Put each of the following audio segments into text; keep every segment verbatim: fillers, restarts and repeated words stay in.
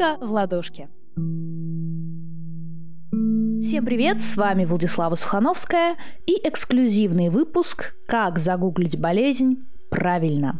Наука в ладошке. Всем привет, с вами Владислава Сухановская и эксклюзивный выпуск «Как загуглить болезнь правильно».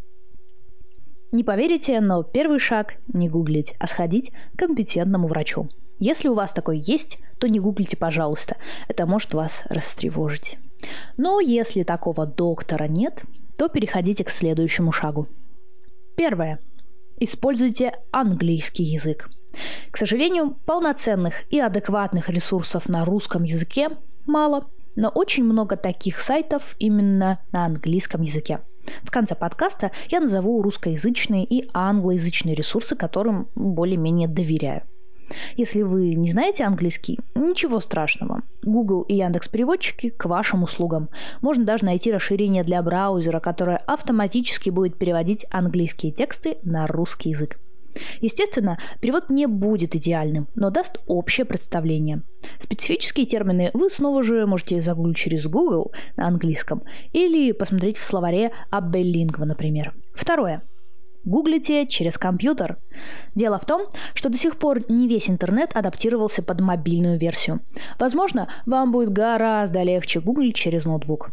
Не поверите, но первый шаг – не гуглить, а сходить к компетентному врачу. Если у вас такой есть, то не гуглите, пожалуйста, это может вас растревожить. Но если такого доктора нет, то переходите к следующему шагу. Первое. Используйте английский язык. К сожалению, полноценных и адекватных ресурсов на русском языке мало, но очень много таких сайтов именно на английском языке. В конце подкаста я назову русскоязычные и англоязычные ресурсы, которым более-менее доверяю. Если вы не знаете английский, ничего страшного. Google и Яндекс.Переводчики к вашим услугам. Можно даже найти расширение для браузера, которое автоматически будет переводить английские тексты на русский язык. Естественно, перевод не будет идеальным, но даст общее представление. Специфические термины вы снова же можете загуглить через Google на английском или посмотреть в словаре Аббелингва, например. Второе. Гуглите через компьютер. Дело в том, что до сих пор не весь интернет адаптировался под мобильную версию. Возможно, вам будет гораздо легче гуглить через ноутбук.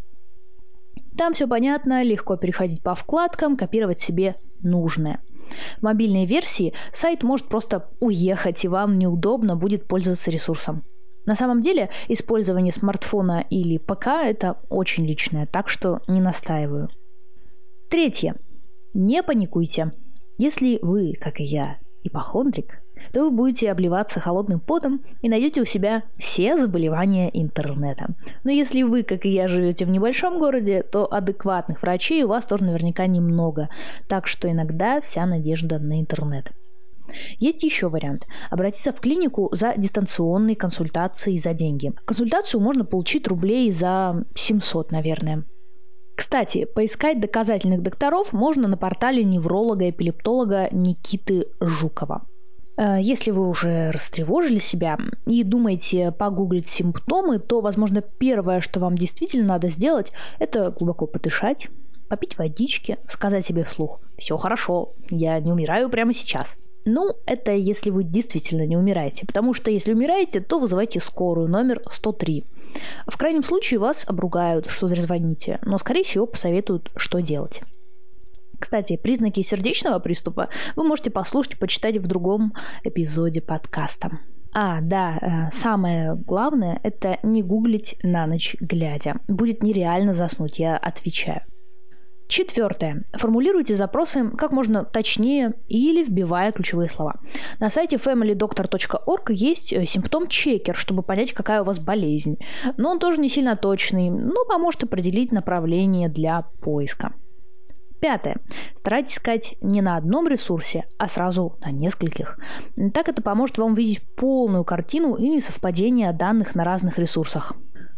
Там все понятно, легко переходить по вкладкам, копировать себе нужное. В мобильной версии сайт может просто уехать, и вам неудобно будет пользоваться ресурсом. На самом деле, использование смартфона или ПК – это очень личное, так что не настаиваю. Третье. Не паникуйте. Если вы, как и я, ипохондрик, то вы будете обливаться холодным потом и найдете у себя все заболевания интернета. Но если вы, как и я, живете в небольшом городе, то адекватных врачей у вас тоже наверняка немного, так что иногда вся надежда на интернет. Есть еще вариант – обратиться в клинику за дистанционной консультацией за деньги. Консультацию можно получить рублей за семьсот, наверное. Кстати, поискать доказательных докторов можно на портале невролога-эпилептолога Никиты Жукова. Если вы уже растревожили себя и думаете погуглить симптомы, то, возможно, первое, что вам действительно надо сделать, это глубоко подышать, попить водички, сказать себе вслух: «Все хорошо, я не умираю прямо сейчас». Ну, это если вы действительно не умираете, потому что если умираете, то вызывайте скорую, номер сто три. В крайнем случае вас обругают, что зря звоните, но, скорее всего, посоветуют, что делать. Кстати, признаки сердечного приступа вы можете послушать и почитать в другом эпизоде подкаста. А, да, самое главное – это не гуглить на ночь глядя. Будет нереально заснуть, я отвечаю. Четвертое. Формулируйте запросы как можно точнее или вбивая ключевые слова. На сайте фэмили доктор точка орг есть симптом-чекер, чтобы понять, какая у вас болезнь. Но он тоже не сильно точный, но поможет определить направление для поиска. Пятое. Старайтесь искать не на одном ресурсе, а сразу на нескольких. Так это поможет вам увидеть полную картину и несовпадение данных на разных ресурсах.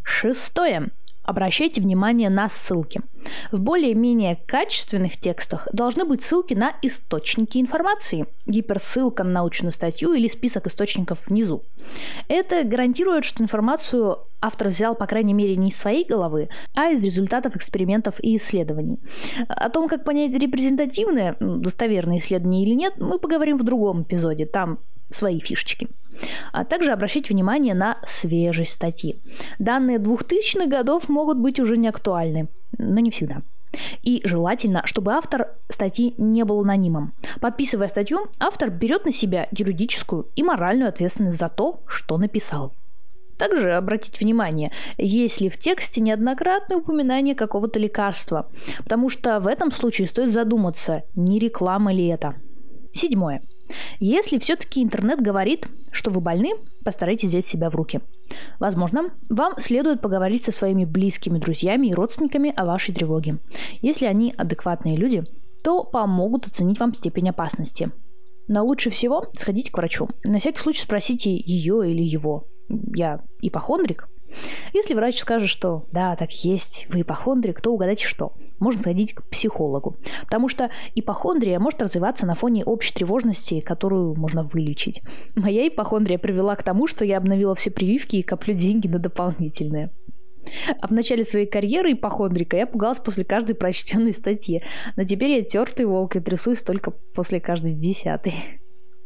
Шестое. Обращайте внимание на ссылки. В более-менее качественных текстах должны быть ссылки на источники информации, гиперссылка на научную статью или список источников внизу. Это гарантирует, что информацию автор взял, по крайней мере, не из своей головы, а из результатов экспериментов и исследований. О том, как понять, репрезентативное, достоверное исследование или нет, мы поговорим в другом эпизоде, там свои фишечки. А также обращайте внимание на свежесть статьи. Данные двухтысячных годов могут быть уже не актуальны, но не всегда. И желательно, чтобы автор статьи не был анонимом. Подписывая статью, автор берет на себя юридическую и моральную ответственность за то, что написал. Также обратите внимание, есть ли в тексте неоднократное упоминание какого-то лекарства, потому что в этом случае стоит задуматься, не реклама ли это. Седьмое. Если все-таки интернет говорит, что вы больны, постарайтесь взять себя в руки. Возможно, вам следует поговорить со своими близкими друзьями и родственниками о вашей тревоге. Если они адекватные люди, то помогут оценить вам степень опасности. Но лучше всего сходите к врачу. На всякий случай спросите ее или его: «Я ипохондрик?» Если врач скажет, что да, так есть, вы ипохондрик, то угадайте что. Можно сходить к психологу. Потому что ипохондрия может развиваться на фоне общей тревожности, которую можно вылечить. Моя ипохондрия привела к тому, что я обновила все прививки и коплю деньги на дополнительные. А в начале своей карьеры ипохондрика я пугалась после каждой прочтенной статьи. Но теперь я тертый волк и трясусь только после каждой десятой.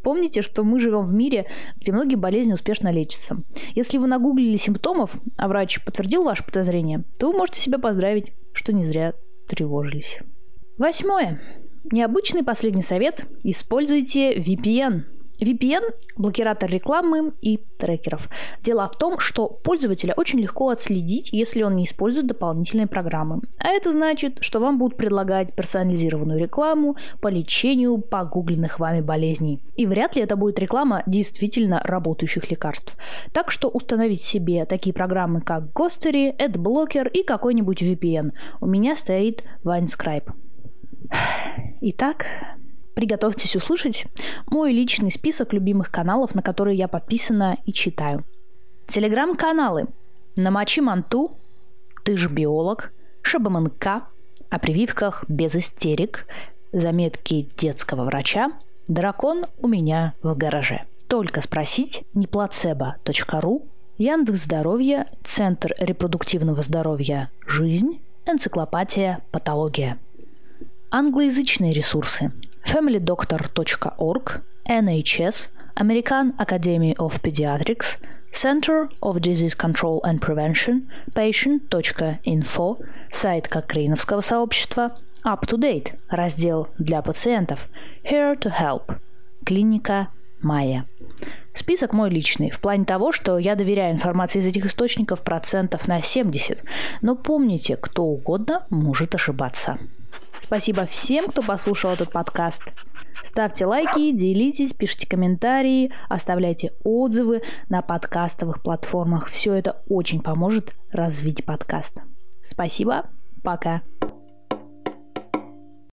Помните, что мы живем в мире, где многие болезни успешно лечатся. Если вы нагуглили симптомов, а врач подтвердил ваше подозрение, то вы можете себя поздравить, что не зря тревожились. Восьмое. Необычный последний совет. Используйте ви пи эн. ви пи эн – блокиратор рекламы и трекеров. Дело в том, что пользователя очень легко отследить, если он не использует дополнительные программы. А это значит, что вам будут предлагать персонализированную рекламу по лечению погугленных вами болезней. И вряд ли это будет реклама действительно работающих лекарств. Так что установить себе такие программы, как Ghostery, AdBlocker и какой-нибудь ви пи эн. У меня стоит Vinescribe. Итак, приготовьтесь услышать мой личный список любимых каналов, на которые я подписана и читаю. Телеграм-каналы «Намочи манту», «Ты ж биолог», «ШБМНК», «О прививках без истерик», «Заметки детского врача», «Дракон у меня в гараже», «Только спросить», «Неплацебо точка ру», Яндекс.Здоровье, Центр репродуктивного здоровья «Жизнь», энциклопедия «Патология». Англоязычные ресурсы: фэмили доктор точка орг, эн эйч эс, American Academy of Pediatrics, Center of Disease Control and Prevention, patient точка инфо, сайт Кокрейновского сообщества, UpToDate, раздел для пациентов, Here to Help, клиника Майя. Список мой личный, в плане того, что я доверяю информации из этих источников процентов на семьдесят, но помните, кто угодно может ошибаться. Спасибо всем, кто послушал этот подкаст. Ставьте лайки, делитесь, пишите комментарии, оставляйте отзывы на подкастовых платформах. Все это очень поможет развить подкаст. Спасибо, пока.